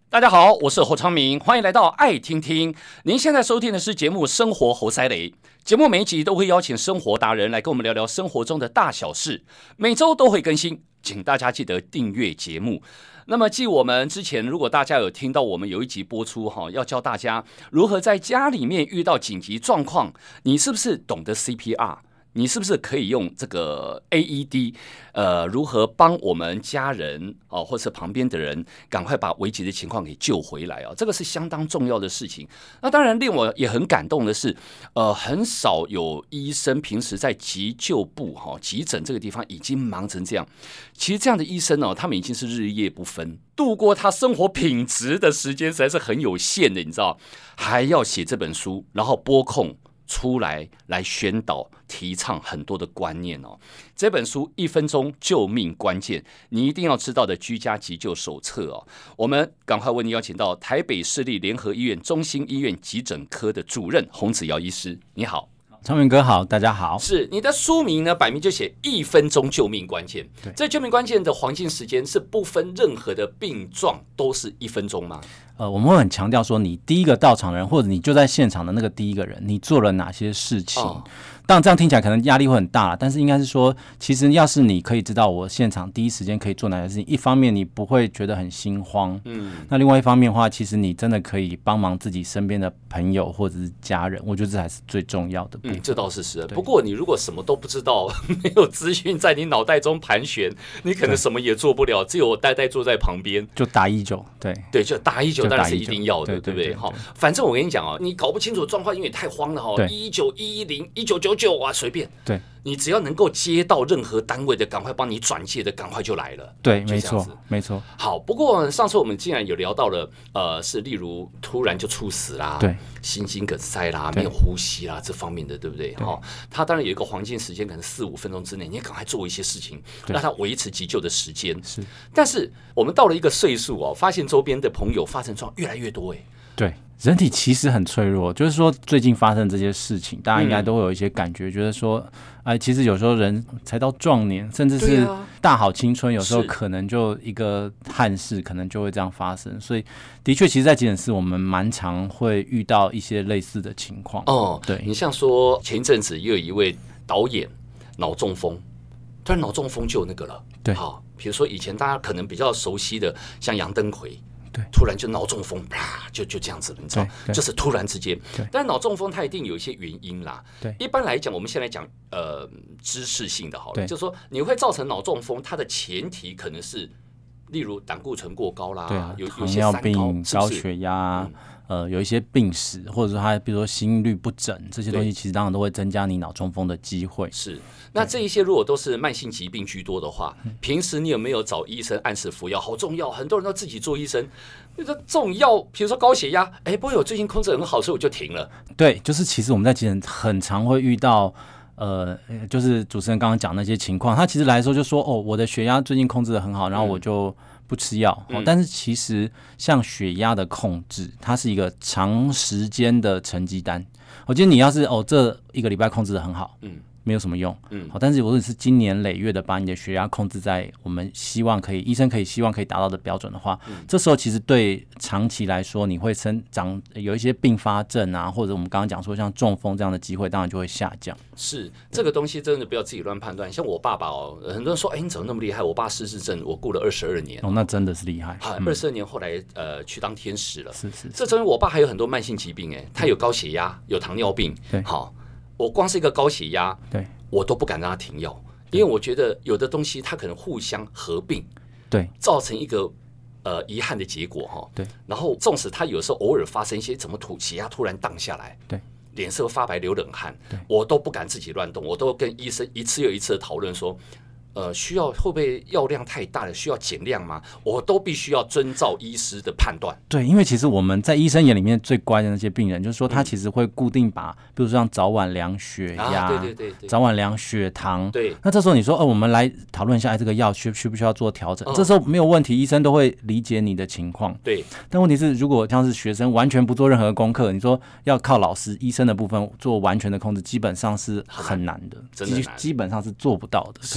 大家好，我是侯昌明，欢迎来到爱听听。您现在收听的是节目《生活猴塞雷》，节目每一集都会邀请生活达人来跟我们聊聊生活中的大小事，每周都会更新，请大家记得订阅节目。那么继我们之前，如果大家有听到我们有一集播出要教大家如何在家里面遇到紧急状况，你是不是懂得 CPR？你是不是可以用这个 AED， 如何帮我们家人或是旁边的人赶快把危急的情况给救回来这个是相当重要的事情。那当然令我也很感动的是，很少有医生平时在急救部急诊这个地方已经忙成这样。其实这样的医生他们已经是日夜不分，度过他生活品质的时间实在是很有限的，你知道，还要写这本书，然后拨空出来宣导提倡很多的观念这本书1分钟救命关键，你一定要知道的居家急救手册我们赶快为你邀请到台北市立联合医院中心医院急诊科的主任洪子尧医师。你好。 昌明哥好，大家好。 是你的书名呢，摆明就写1分钟救命关键。这救命关键的黄金时间是不分任何的病状，都是1分钟吗？ 我们会很强调说，你第一个到场的人，或者你就在现场的那个第一个人，你做了哪些事情。当然这样听起来可能压力会很大，但是应该是说，其实要是你可以知道我现场第一时间可以做哪些事情，一方面你不会觉得很心慌，那另外一方面的话，其实你真的可以帮忙自己身边的朋友或者是家人，我觉得这才是最重要的部分。 这倒是是。不过你如果什么都不知道，没有资讯在你脑袋中盘旋，你可能什么也做不了，只有呆呆坐在旁边， 就打119。对， 就打119，当然是一定要的，对不对？反正我跟你讲你搞不清楚状况，因为太慌了119、110、1999随便。 对， 你只要能够接到任何单位的，赶快帮你转介的，赶快就来了。 对，没错，没错。 好，不过上次我们竟然有聊到了，是例如突然就猝死啦， 对， 心肌梗塞啦，没有呼吸啦，这方面的，对不对？他当然有一个黄金时间，可能4-5分钟之内，你也赶快做一些事情，让他维持急救的时间。 是， 但是我们到了一个岁数发现周边的朋友发生状况越来越多对，人体其实很脆弱，就是说最近发生这些事情，大家应该都会有一些感觉，觉得说，其实有时候人才到壮年，甚至是大好青春，有时候可能就一个憾事，可能就会这样发生。所以，的确，其实，在急诊室我们蛮常会遇到一些类似的情况。对， 你像说前一阵子也有一位导演脑中风，突然脑中风就有那个了。 对， 好，比如说以前大家可能比较熟悉的，像杨登魁。 对， 突然就脑中风，啪，就这样子了，你知道，就是突然之间。但是脑中风它一定有一些原因啦。 对， 一般来讲，我们先来讲知识性的好了，就是说你会造成脑中风，它的前提可能是，例如胆固醇过高啦，有糖尿病、高血压。有一些病史，或者说他比如说心律不整这些东西，其实当然都会增加你脑中风的机会。 是，那这一些如果都是慢性疾病居多的话，平时你有没有找医生按时服药？好重要，很多人都自己做医生。这种药，比如说高血压，不过我最近控制很好，所以我就停了。 对，就是其实我们在急诊很常会遇到。就是主持人刚刚讲那些情况，他其实来说就说我的血压最近控制得很好，然后我就不吃药。但是其实像血压的控制，它是一个长时间的成绩单。我觉得你要是这1个礼拜控制得很好，没有什么用。但是如果你是经年累月的把你的血压控制在我们希望可以医生希望可以达到的标准的话，这时候其实对长期来说你会有一些并发症啊，或者我们刚刚讲说像中风这样的机会当然就会下降。 是，这个东西真的不要自己乱判断。像我爸爸很多人说你怎么那么厉害？我爸失智症我顾了22年那真的是厉害。 22年后来去当天使了。 是。 这中间我爸还有很多慢性疾病他有高血压，有糖尿病。 对， 好。我光是一个高血压， 对， 我都不敢让他停药，因为我觉得有的东西它可能互相合并， 对， 造成一个遗憾的结果对， 然后纵使他有时候偶尔发生一些怎么血压突然荡下来， 对， 脸色发白流冷汗，我都不敢自己乱动，我都跟医生一次又一次的讨论说。需要会不会药量太大了？需要减量吗？我都必须要遵照医师的判断。 对，因为其实我们在医生眼里面最乖的那些病人，就是说他其实会固定把，比如说像早晚量血压， 对， 早晚量血糖。 对， 那这时候你说，我们来讨论一下，这个药需不需要做调整？这时候没有问题，医生都会理解你的情况。 对， 但问题是，如果像是学生完全不做任何功课，你说要靠老师、医生的部分做完全的控制，基本上是很难的， 真的难， 基本上是做不到的，可以这么说。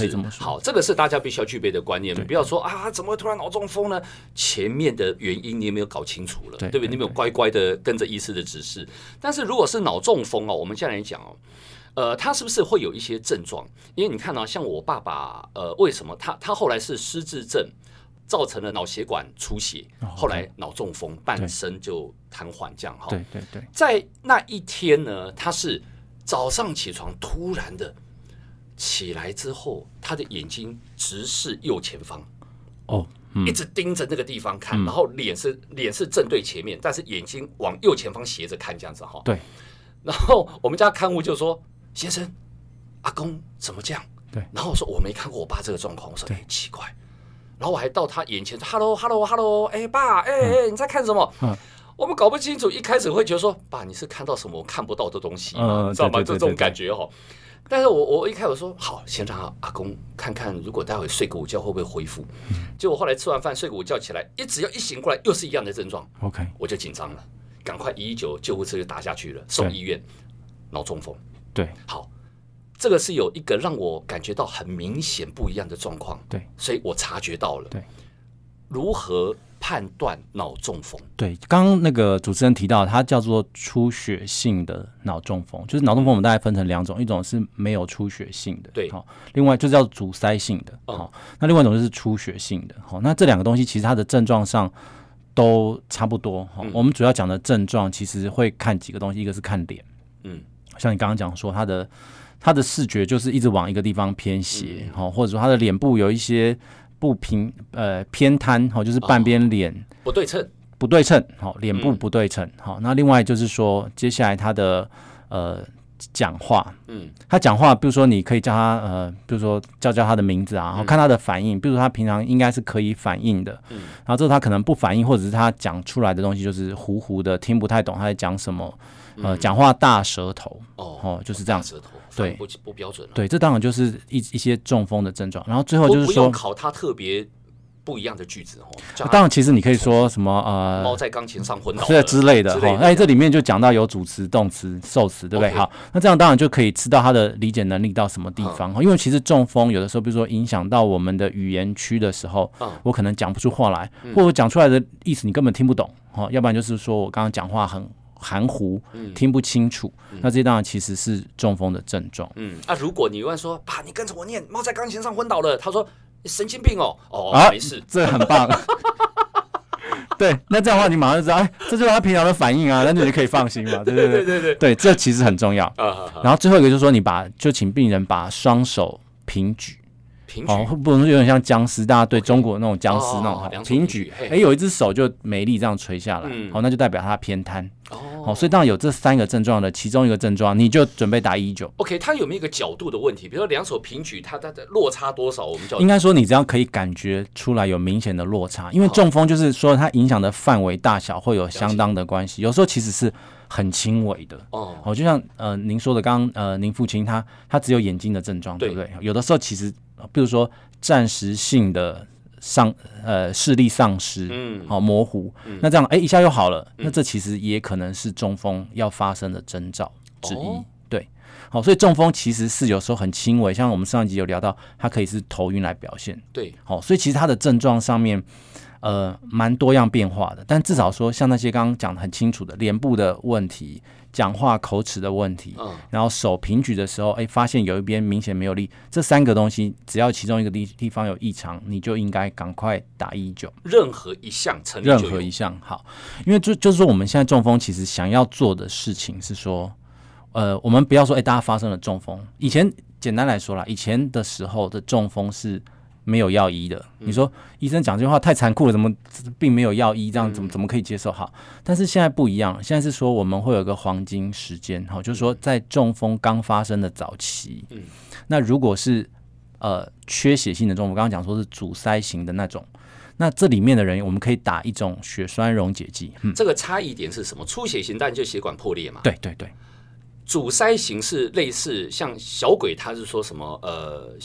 好，这个是大家必须要具备的观念， 对不要说啊，怎么会突然脑中风呢？前面的原因你也没有搞清楚了，对不对？你没有乖乖的跟着医师的指示。但是如果是脑中风哦，我们现在来讲哦，他是不是会有一些症状？因为你看像我爸爸，为什么他后来是失智症，造成了脑血管出血，后来脑中风，半身就瘫痪这样哈。 对， 在那一天呢，他是早上起床突然的起来之后，他的眼睛直视右前方，一直盯着那个地方看，然后脸是正对前面，但是眼睛往右前方斜着看这样子哈。 对， 然后我们家看护就说：“先生，阿公怎么这样？” 对， 然后我说：“我没看过我爸这个状况。”我说：“奇怪。”然后我还到他眼前说 ：“Hello，爸，你在看什么？”我们搞不清楚，一开始会觉得说：“爸，你是看到什么我看不到的东西吗？知道吗？就这种感觉哈。”但是我一开始说好，先让阿公看看，如果待会睡个午觉会不会恢复。结果后来吃完饭睡个午觉起来，只要一醒过来又是一样的症状。 OK， 我就紧张了，赶快119救护车就打下去了，送医院，脑中风。 对， 好。这个是有一个让我感觉到很明显不一样的状况， 对， 所以我察觉到了。 对， 如何判断脑中风？ 对，刚刚那个主持人提到，它叫做出血性的脑中风，就是脑中风我们大概分成2种，一种是没有出血性的， 对， 另外就叫阻塞性的，那另外一种就是出血性的，那这2个东西其实它的症状上都差不多，我们主要讲的症状其实会看几个东西，一个是看脸，像你刚刚讲说他的视觉就是一直往一个地方偏斜，或者说他的脸部有一些不平偏瘫，就是半边脸不对称， 脸部不对称。那另外就是说，接下来他的讲话，他讲话，比如说你可以叫他比如说叫他的名字啊，看他的反应，比如说他平常应该是可以反应的，然后之后他可能不反应，或者是他讲出来的东西就是糊糊的，听不太懂他在讲什么。讲话大舌头，就是这样， 舌头， 对， 不标准了。 对，这当然就是一些中风的症状。然后最后就是说， 不用考他特别不一样的句子当然，其实你可以说什么猫在钢琴上昏倒了之类的这里面就讲到有主词、动词、受词，对不对？好，那这样当然就可以知道他的理解能力到什么地方。因为其实中风有的时候，比如说影响到我们的语言区的时候，我可能讲不出话来，或者讲出来的意思你根本听不懂，要不然就是说我刚刚讲话很含糊，听不清楚，那这当然其实是中风的症状。 如果你问说，爸，你跟着我念，猫在钢琴上昏倒了，他说你神经病哦，没事， 这很棒。对，那这样的话你马上就知道，这就是他平常的反应啊，那你就可以放心嘛。对，这其实很重要。然后最后一个就是说，就请病人把双手平举。不能有点像僵尸，大家对中国那种僵尸那种平举，有一只手就没力这样垂下来，那就代表他偏瘫。所以当然有这3个症状的其中一个症状，你就准备打119。 OK， 他有没有一个角度的问题？比如说2手平举，它的落差多少？我们应该说你只要可以感觉出来有明显的落差，因为中风就是说它影响的范围大小会有相当的关系，有时候其实是很轻微的。就像您说的，刚刚您父亲他只有眼睛的症状，对不对？有的时候其实比如说暂时性的视力丧失，模糊，那这样一下又好了，那这其实也可能是中风要发生的征兆之一。对，所以中风其实是有时候很轻微，像我们上一集有聊到，它可以是头晕来表现。 对， 所以其实它的症状上面蛮多样变化的，但至少说像那些刚刚讲的很清楚的脸部的问题、讲话口齿的问题，然后手平举的时候，发现有一边明显没有力，这3个东西只要其中一个地方有异常，你就应该赶快打119。 任何一项成立就有， 任何一项好，因为就是说我们现在中风其实想要做的事情是说，我们不要说大家发生了中风，以前简单来说啦，以前的时候的中风是没有药医的，你说医生讲这句话太残酷了，怎么并没有药医，这样怎么可以接受？好，但是现在不一样，现在是说我们会有一个黄金时间，好，就是说在中风刚发生的早期，那如果是缺血性的中风，刚刚讲说是阻塞型的那种，那这里面的人我们可以打一种血栓溶解剂。 这个差异点是什么？出血型当然就血管破裂嘛。 对。 阻塞型是类似像小鬼，他是说什么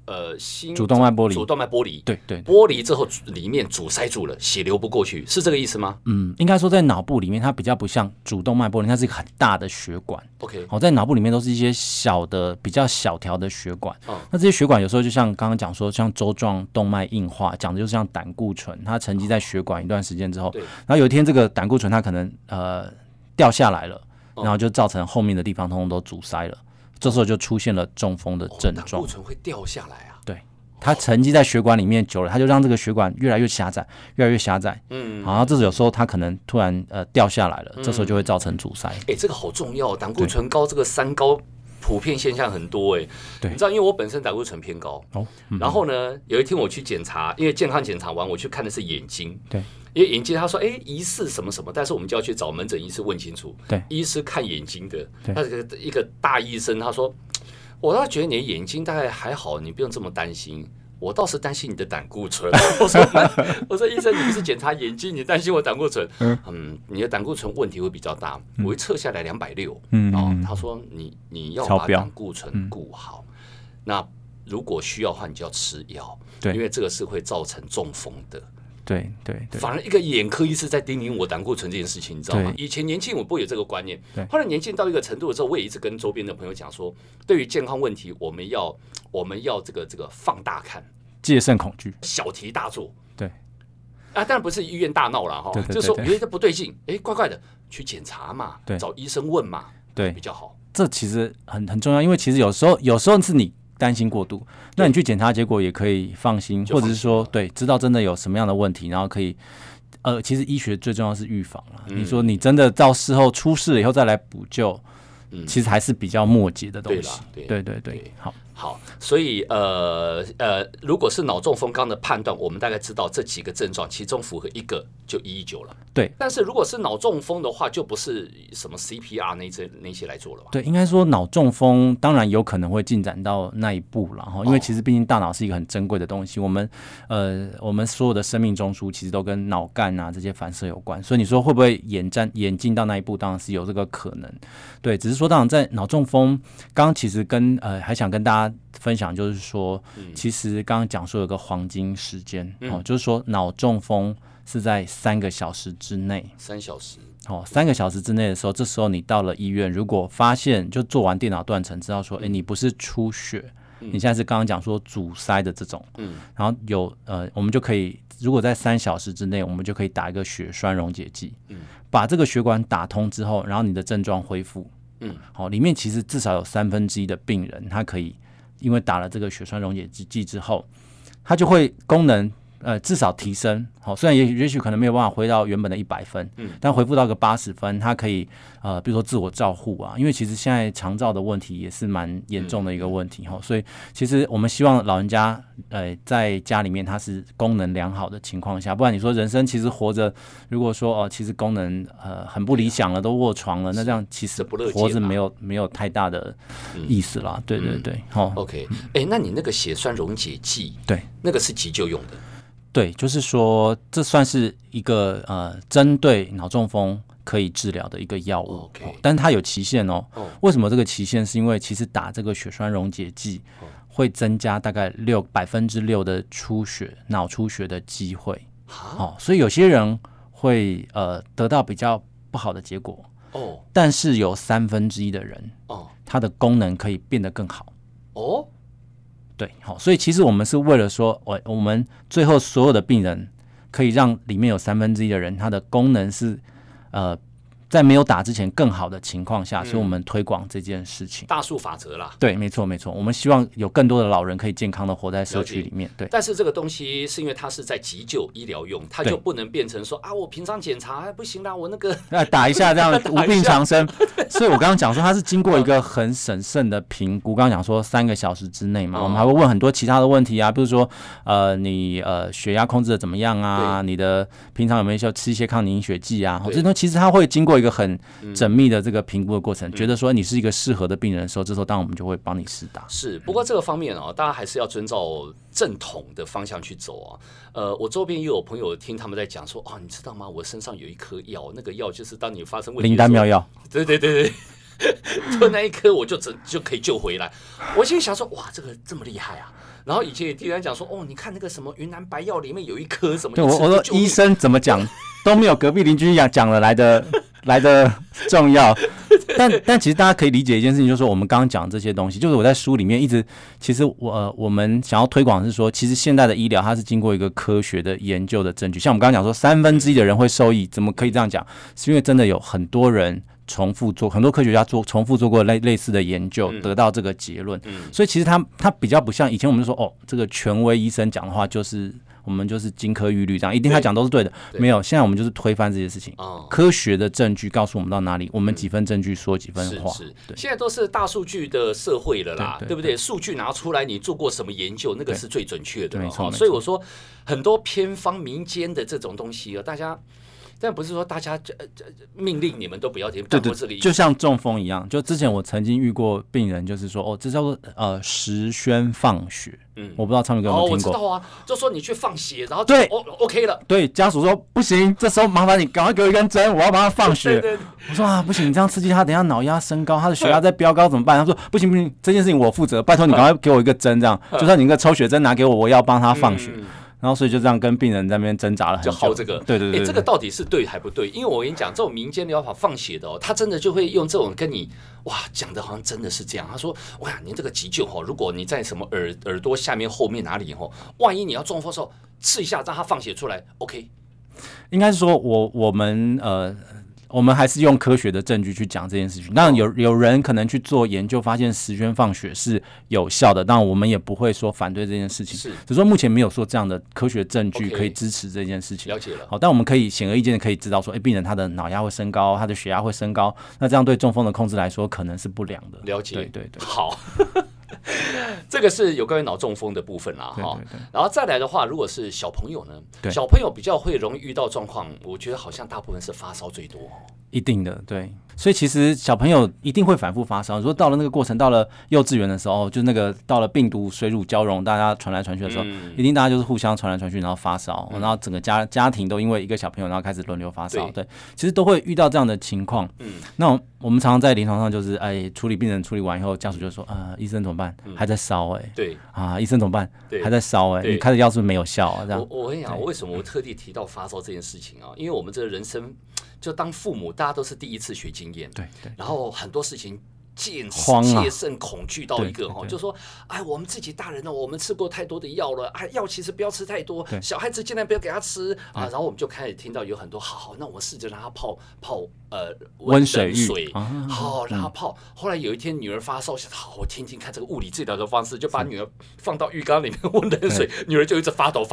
主动脉剥离， 主动脉剥离， 对， 剥离之后里面阻塞住了，血流不过去，是这个意思吗？ 应该说在脑部里面，它比较不像主动脉剥离，它是一个很大的血管。 OK， 在脑部里面都是一些小的、比较小条的血管。那这些血管有时候就像刚刚讲说，像粥状动脉硬化，讲的就是像胆固醇，它沉积在血管一段时间之后，然后有一天这个胆固醇它可能掉下来了，然后就造成后面的地方通通都阻塞了。这时候就出现了中风的症状。 胆固醇会掉下来啊？ 对，它沉积在血管里面久了，它就让这个血管越来越狭窄，越来越狭窄。然后这有时候它可能突然掉下来了，这时候就会造成阻塞。 这个好重要，胆固醇高，这个三高普遍现象很多对，你知道，因为我本身胆固醇偏高然后呢，有一天我去检查，因为健康检查完，我去看的是眼睛， 对。 因为眼睛他说疑似什么什么，但是我们就要去找门诊医师问清楚。 对， 医师看眼睛的，他是一个大医生，他说我倒觉得你的眼睛大概还好，你不用这么担心。我倒是担心你的胆固醇。我说医生，你不是检查眼睛，你担心我胆固醇？你的胆固醇问题会比较大，我一测下来260。他说你要把胆固醇顾好，那如果需要的话，你就要吃药，因为这个是会造成中风的。 对， 反而一个眼科医师在叮咛我胆固醇这件事情，你知道吗？以前年轻我不会有这个观念，后来年轻到一个程度的时候，我也一直跟周边的朋友讲说，对于健康问题，我们要这个放大看， 戒慎恐惧， 小题大做。 对， 当然不是医院大闹了哈，就是说觉得不对劲，怪怪的，去检查嘛，找医生问嘛，对，比较好。 这其实很重要，因为其实有时候是你担心过度，那你去检查结果也可以放心，或者是说对，知道真的有什么样的问题，然后可以其实医学最重要是预防啦。你说你真的到事后出事了以后再来补救，其实还是比较末节的东西。对， 好，所以如果是脑中风，刚刚的判断，我们大概知道这几个症状，其中符合一个就119了。 对， 但是如果是脑中风的话，就不是什么 CPR 那些来做了吧？ 对，应该说脑中风当然有可能会进展到那一步了哈，因为其实毕竟大脑是一个很珍贵的东西，我们所有的生命中枢其实都跟脑干啊这些反射有关，所以你说会不会演进到那一步，当然是有这个可能。对，只是说当然在脑中风，刚刚其实还想跟大家分享，就是说，其实刚刚讲说有个黄金时间就是说脑中风是在3个小时之内 ，3小时 3个小时之内的时候，这时候你到了医院，如果发现就做完电脑断层，知道说，你不是出血，你现在是刚刚讲说阻塞的这种，然后我们就可以，如果在3小时之内，我们就可以打一个血栓溶解剂，把这个血管打通之后，然后你的症状恢复，里面其实至少有1/3的病人，他可以因为打了这个血栓溶解剂之后，他就会功能至少提升，虽然也许可能没有办法回到原本的100分，但回复到个80分，它可以比如说自我照护啊，因为其实现在长照的问题也是蛮严重的一个问题，所以其实我们希望老人家在家里面他是功能良好的情况下，不然你说人生其实活着，如果说其实功能很不理想了，都卧床了，那这样其实活着没有太大的意思啦。对 ，OK， 那你那个血栓溶解剂， 对， 那个是急救用的。 对，就是说，这算是一个针对脑中风可以治疗的一个药物，但是它有期限哦。为什么这个期限？是因为其实打这个血栓溶解剂会增加大概6%的脑出血的机会，所以有些人会得到比较不好的结果，但是有1/3的人，它的功能可以变得更好。对，所以其实我们是为了说，我们最后所有的病人可以让里面有1/3的人，他的功能是在没有打之前更好的情况下，所以我们推广这件事情。 大数法则啦。 对，没错。我们希望有更多的老人可以健康的活在社区里面。对。 但是这个东西是因为它是在急救医疗用，它就不能变成说我平常检查不行啦，我那个打一下这样无病长生。所以我刚刚讲说，它是经过一个很审慎的评估。刚刚讲说3个小时之内嘛，我们还会问很多其他的问题啊，比如说你血压控制的怎么样啊？你的平常有没有吃一些抗凝血剂啊？这些东西其实它会经过一个很缜密的这个评估的过程，觉得说你是一个适合的病人的时候，这时候当然我们就会帮你施打。 是，不过这个方面大家还是要遵照正统的方向去走啊。我周边也有朋友听他们在讲说，你知道吗？我身上有一颗药，那个药就是当你发生问题的时候， 灵丹妙药。 对， 吞那一颗我就可以救回来。我心里想说，哇，这个这么厉害啊！然后以前也听人讲说，哦，你看那个什么云南白药里面有一颗什么， 对，我说医生怎么讲都没有隔壁邻居讲的来的重要。但其实大家可以理解一件事情，就是说我们刚刚讲这些东西，就是我在书里面一直，其实我们想要推广的是说，其实现代的医疗它是经过一个科学的研究的证据。像我们刚刚讲说1/3的人会受益，怎么可以这样讲？是因为真的有很多人重复做，很多科学家重复做过类似的研究，得到这个结论。所以其实它比较不像以前我们就说，这个权威医生讲的话就是我们就是金科玉律这样，一定他讲都是对的。没有，现在我们就是推翻这些事情。科学的证据告诉我们到哪里，我们几分证据说几分话。 是，现在都是大数据的社会了啦，对不对？数据拿出来，你做过什么研究，那个是最准确的。 没错。 所以我说，很多偏方民间的这种东西，大家。但不是说大家命令你们都不要听， 对，就像中风一样。就之前我曾经遇过病人，就是说，这叫做时宣放血。我不知道昌宇哥有没有听过？ 我知道啊，就说你去放血，然后就OK 了。 对，家属说不行，这时候麻烦你赶快给我一根针，我要帮他放血。 对， 我说不行，你这样刺激他，等一下脑压升高，他的血压在飙高怎么办？他说不行，这件事情我负责，拜托你赶快给我一个针，这样就算你一个抽血针拿给我，我要帮他放血。然后所以就这样跟病人在那边挣扎了很久， 就好这个， 对， 这个到底是对还不对？因为我跟你讲，这种民间疗法放血的他真的就会用这种跟你讲的好像真的是这样。他说，哇，您这个急救如果你在什么耳朵下面后面哪里万一你要中风的时候刺一下，让它放血出来 ，OK？ 应该是说我们还是用科学的证据去讲这件事情。当然有人可能去做研究，发现时宣放血是有效的，当然我们也不会说反对这件事情，只是说目前没有说这样的科学证据可以支持这件事情。 了解了。 好，但我们可以显而易见的可以知道说，病人他的脑压会升高，他的血压会升高，那这样对中风的控制来说可能是不良的。 了解， 对， 好。这个是有关于脑中风的部分啦，然后再来的话，如果是小朋友呢，小朋友比较会容易遇到状况，我觉得好像大部分是发烧最多。 一定的，对，所以其实小朋友一定会反复发烧。如果到了那个过程，到了幼稚园的时候，就那个到了病毒水乳交融，大家传来传去的时候，一定大家就是互相传来传去，然后发烧，然后整个家庭都因为一个小朋友，然后开始轮流发烧。对，其实都会遇到这样的情况。那我们常常在临床上就是处理病人处理完以后，家属就说医生怎么办？还在烧对医生怎么办？还在烧你开的药是不是没有效啊？这样。 我跟你讲，为什么我特地提到发烧这件事情啊？因为我们这个人生就当父母，大家都是第一次学经验， 对， 然后很多事情切身恐惧到一个就说，我们自己大人我们吃过太多的药了，药其实不要吃太多，小孩子尽量不要给他吃然后我们就开始听到有很多，好，那我们试着让他泡温水浴， 好，让他泡。后来有一天女儿发烧，好，我听听看这个物理治疗的方式，就把女儿放到浴缸里面温冷水，女儿就一直发抖。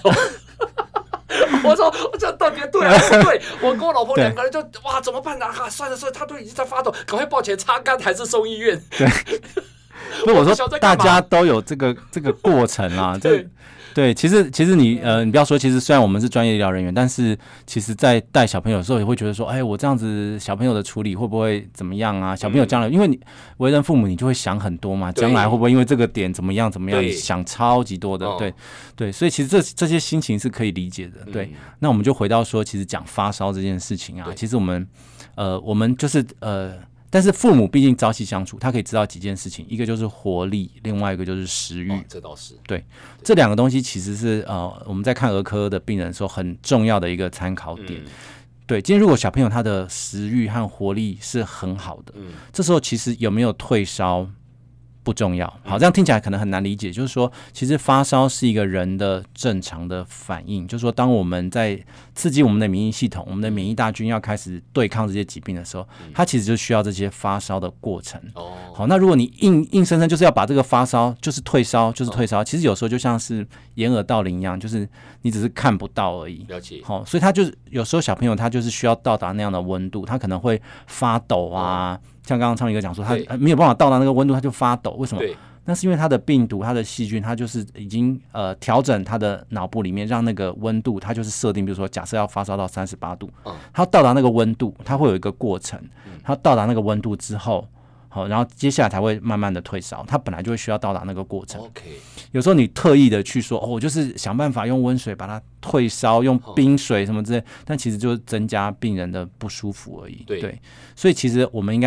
我说这到底对还是不对？我跟我老婆两个人就怎么办呢？算了，他都已经在发抖，赶快抱起来擦干，还是送医院？ 对，所以我说大家都有这个过程啊，对，其实你不要说，其实虽然我们是专业医疗人员，但是其实在带小朋友的时候也会觉得说，我这样子小朋友的处理会不会怎么样啊？小朋友将来，因为你为人父母，你就会想很多嘛，将来会不会因为这个点怎么样，你想超级多的，对，所以其实这些心情是可以理解的，对。那我们就回到说，其实讲发烧这件事情啊，其实我们就是但是父母毕竟朝夕相处，他可以知道几件事情，一个就是活力，另外一个就是食欲。 这倒是对，这两个东西其实是我们在看儿科的病人的时候很重要的一个参考点。对，今天如果小朋友他的食欲和活力是很好的，这时候其实有没有退烧不重要。好，这样听起来可能很难理解，就是说，其实发烧是一个人的正常的反应，就是说，当我们在刺激我们的免疫系统，我们的免疫大军要开始对抗这些疾病的时候，它其实就需要这些发烧的过程。好，那如果你硬生生就是要把这个发烧就是退烧，其实有时候就像是掩耳盗铃一样，就是你只是看不到而已。 了解。 好，所以他就是有时候小朋友他就是需要到达那样的温度，他可能会发抖啊。像刚刚昌宇哥讲说，他没有办法到达那个温度，他就发抖。为什么？那是因为他的病毒、他的细菌，他就是已经调整他的脑部里面，让那个温度，他就是设定，比如说假设要发烧到38度，他到达那个温度，他会有一个过程。他到达那个温度之后，好，然后接下来才会慢慢的退烧。他本来就会需要到达那个过程。有时候你特意的去说，我就是想办法用温水把它退烧，用冰水什么之类，但其实就是增加病人的不舒服而已。对，所以其实我们应该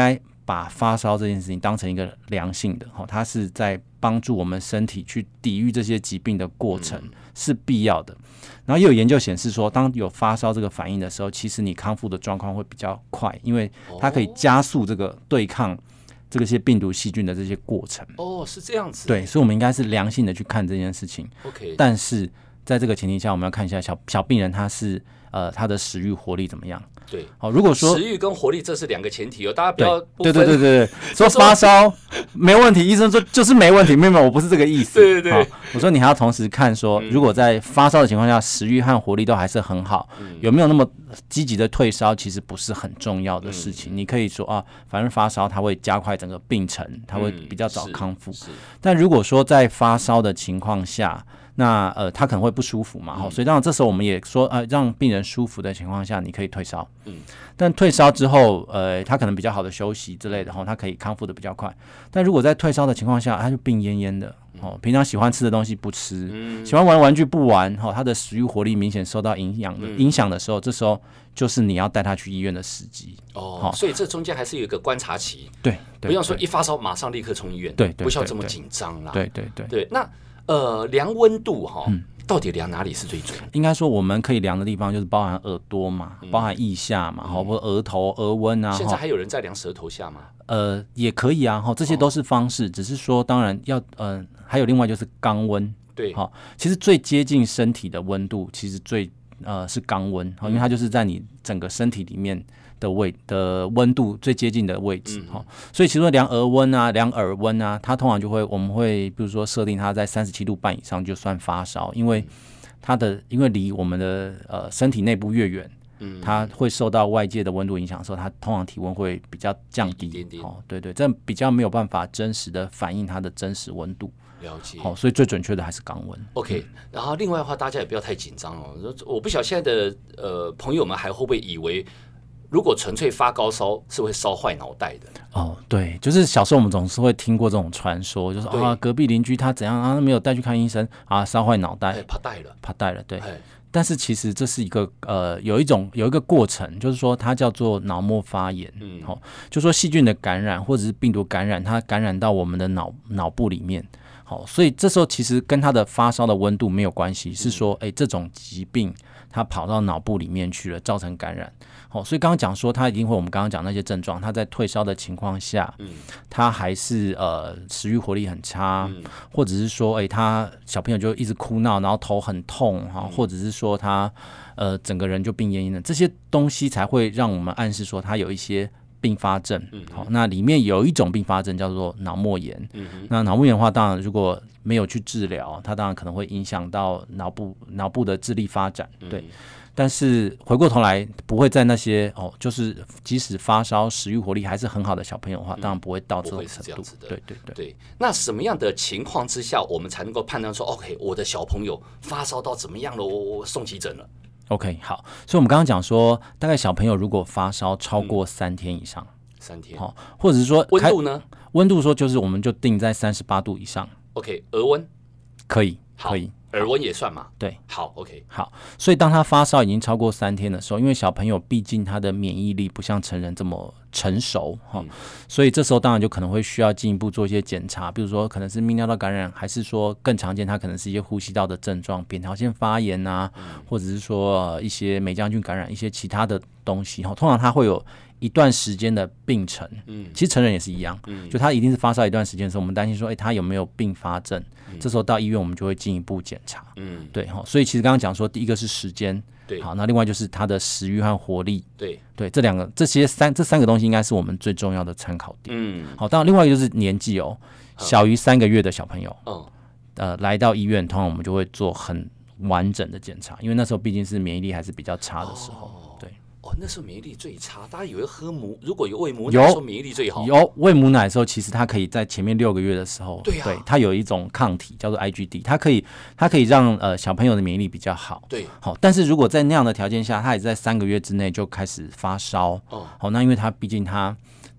把发烧这件事情当成一个良性的，它是在帮助我们身体去抵御这些疾病的过程，是必要的。然后也有研究显示说，当有发烧这个反应的时候，其实你康复的状况会比较快，因为它可以加速这个对抗这些病毒细菌的这些过程。 是这样子。 对，所以我们应该是良性的去看这件事情。 OK， 但是在这个前提下，我们要看一下小病人他的食欲活力怎么样。 对， 如果说食欲跟活力这是两个前提大家不要不对分。 对，说发烧没问题，医生说就是没问题，没有，我不是这个意思。 对， 我说你还要同时看说，如果在发烧的情况下，食欲和活力都还是很好，有没有那么积极的退烧，其实不是很重要的事情。你可以说反正发烧它会加快整个病程，它会比较早康复。但如果说在发烧的情况下，那他可能会不舒服嘛，所以当然这时候我们也说让病人舒服的情况下，你可以退烧。但退烧之后，他可能比较好的休息之类的，他可以康复的比较快。但如果在退烧的情况下，他就病恹恹的，平常喜欢吃的东西不吃，喜欢玩玩具不玩，他的食欲活力明显受到影响的时候，这时候就是你要带他去医院的时机。 所以这中间还是有一个观察期。 对， 不用说一发烧马上立刻冲医院， 对， 不需要这么紧张啦。 对， 那量温度到底量哪里是最准？ 应该说我们可以量的地方就是包含耳朵嘛，包含腋下嘛，或额头、额温啊。 现在还有人在量舌头下吗？ 也可以啊，这些都是方式，只是说当然要还有另外就是肛温。 对， 其实最接近身体的温度，其实是肛温，因为它就是在你整个身体里面的温度最接近的位置。所以其实量额温啊，量耳温啊，它通常我们会比如说设定它在37度半以上就算发烧，因为离我们的身体内部越远，它会受到外界的温度影响的时候，它通常体温会比较降低。对，这比较没有办法真实的反映它的真实温度。 了解。 所以最准确的还是肛温。 OK， 然后另外的话，大家也不要太紧张我不晓得现在的朋友们还会不会以为，如果纯粹发高烧是会烧坏脑袋的。 对，就是小时候我们总是会听过这种传说，就是隔壁邻居他怎样没有带去看医生烧坏脑袋， 怕带了， 对。但是其实这是一个有一个过程，就是说它叫做脑膜发炎。就说细菌的感染或者是病毒感染，它感染到我们的脑部里面。所以这时候其实跟它的发烧的温度没有关系，是说这种疾病它跑到脑部里面去了，造成感染。所以刚刚讲说它一定会我们刚刚讲那些症状，它在退烧的情况下，它还是食欲活力很差，或者是说他小朋友就一直哭闹，然后头很痛或者是说他整个人就病恹恹的，这些东西才会让我们暗示说他有一些并发症。那里面有一种并发症叫做脑膜炎。那脑膜炎的话，当然如果没有去治疗，它当然可能会影响到脑部的智力发展。对，但是回过头来，不会在那些就是即使发烧、食欲活力还是很好的小朋友的话，当然不会到这种程度。对。 那什么样的情况之下，我们才能够判断说 ，OK， 我的小朋友发烧到怎么样了，我送急诊了 ？OK， 好，所以我们刚刚讲说，大概小朋友如果发烧超过3天以上 ，3天， 或者是说温度呢？ 温度说就是我们就定在38度以上。 OK， 额温可以。 耳温也算嘛？ 对， 好 ，OK， 好。所以当他发烧已经超过3天的时候，因为小朋友毕竟他的免疫力不像成人这么成熟所以这时候当然就可能会需要进一步做一些检查，比如说可能是泌尿道感染，还是说更常见它可能是一些呼吸道的症状，扁桃腺发炎啊，或者是说一些霉浆菌感染，一些其他的东西通常它会有一段时间的病程。其实成人也是一样，就他一定是发烧一段时间的时候，我们担心说他有没有并发症，这时候到医院我们就会进一步检查。对，所以其实刚刚讲说第一个是时间， 对， 好，那另外就是他的食欲和活力， 对， 这三个东西应该是我们最重要的参考点。好，当然另外一个就是年纪小于3个月的小朋友，来到医院，通常我们就会做很完整的检查，因为那时候毕竟是免疫力还是比较差的时候。 那时候免疫力最差，大家以为如果有喂母奶的时候免疫力最好。 有喂母奶的时候，其实它可以在前面6个月的时候， 对， 它有一种抗体叫做 IgD， 它可以让小朋友的免疫力比较好。 对， 好，但是如果在那样的条件下，他也在3个月之内就开始发烧，那因为他毕竟他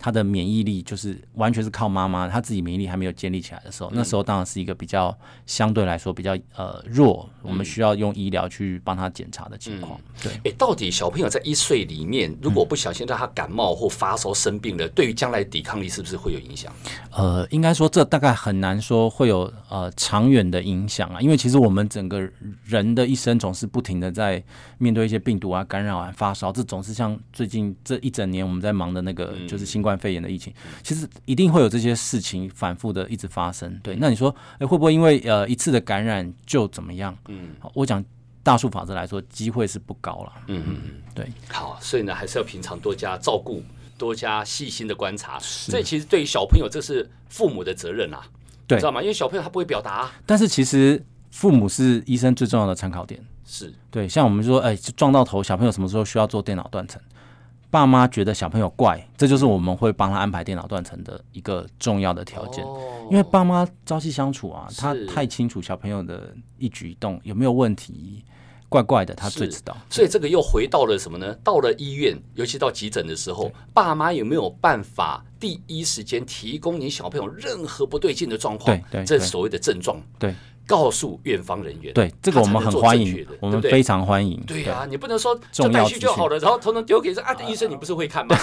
他的免疫力就是完全是靠妈妈，他自己免疫力还没有建立起来的时候，那时候当然是一个比较相对来说比较弱，我们需要用医疗去帮他检查的情况。对， 到底小朋友在1岁里面，如果不小心让他感冒或发烧生病了，对于将来抵抗力是不是会有影响？ 应该说这大概很难说会有长远的影响啊，因为其实我们整个人的一生总是不停的在面对一些病毒啊、干扰啊、发烧，这总是像最近这一整年我们在忙的那个就是新冠肺炎的疫情，其实一定会有这些事情反复的一直发生。对，那你说会不会因为一次的感染就怎么样？我讲大数法则来说，机会是不高了。对。 好，所以呢，还是要平常多加照顾，多加细心的观察。这其实对于小朋友，这是父母的责任啊， 对， 知道吗？因为小朋友他不会表达， 但是其实父母是医生最重要的参考点。 是对，像我们说，撞到头，小朋友什么时候需要做电脑断层？爸妈觉得小朋友怪，这就是我们会帮他安排电脑断层的一个重要的条件。因为爸妈朝夕相处啊，他太清楚小朋友的一举一动有没有问题，怪怪的，他最知道。 所以这个又回到了什么呢？到了医院，尤其到急诊的时候，爸妈有没有办法第一时间提供你小朋友任何不对劲的状况？ 对， 这所谓的症状， 对。 告诉院方人员， 对这个我们很欢迎，我们非常欢迎。 对啊，你不能说就带去就好了，然后统统丢给医生，你不是会看吗？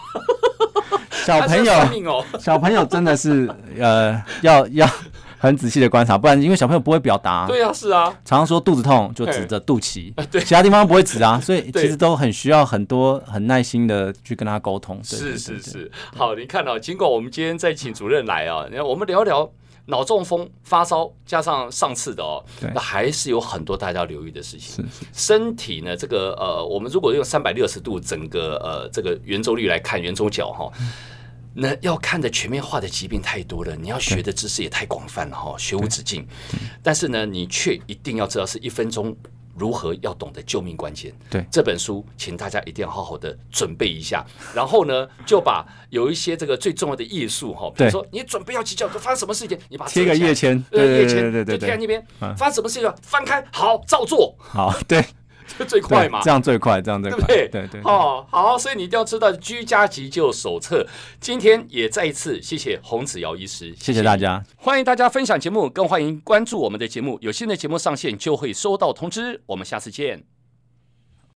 小朋友真的是要很仔细的观察，不然因为小朋友不会表达。 对啊，是啊， 常常说肚子痛就指着肚脐，其他地方不会指啊，所以其实都很需要很耐心的去跟他沟通。 是，好，你看尽管我们今天再请主任来啊，我们聊聊脑中风、发烧，加上上次的那还是有很多大家要留意的事情。身体呢，这个我们如果用360度整个这个圆周率来看，圆周角那要看的全面化的疾病太多了，你要学的知识也太广泛了学无止境。但是呢，你却一定要知道是1分钟如何要懂得救命关键。 对这本书，请大家一定要好好的准备一下。然后呢，就把有一些这个最重要的页数比如说你准备要计较发生什么事情，你把它贴个页签， 页签就贴在那边，发生什么事情翻开，好照做， 好对。 最快嘛， 这样最快，对不对？对。 好，所以你一定要知道居家急救手册。今天也再一次谢谢洪子尧医师， 谢谢大家， 欢迎大家分享节目，更欢迎关注我们的节目，有新的节目上线就会收到通知。我们下次见。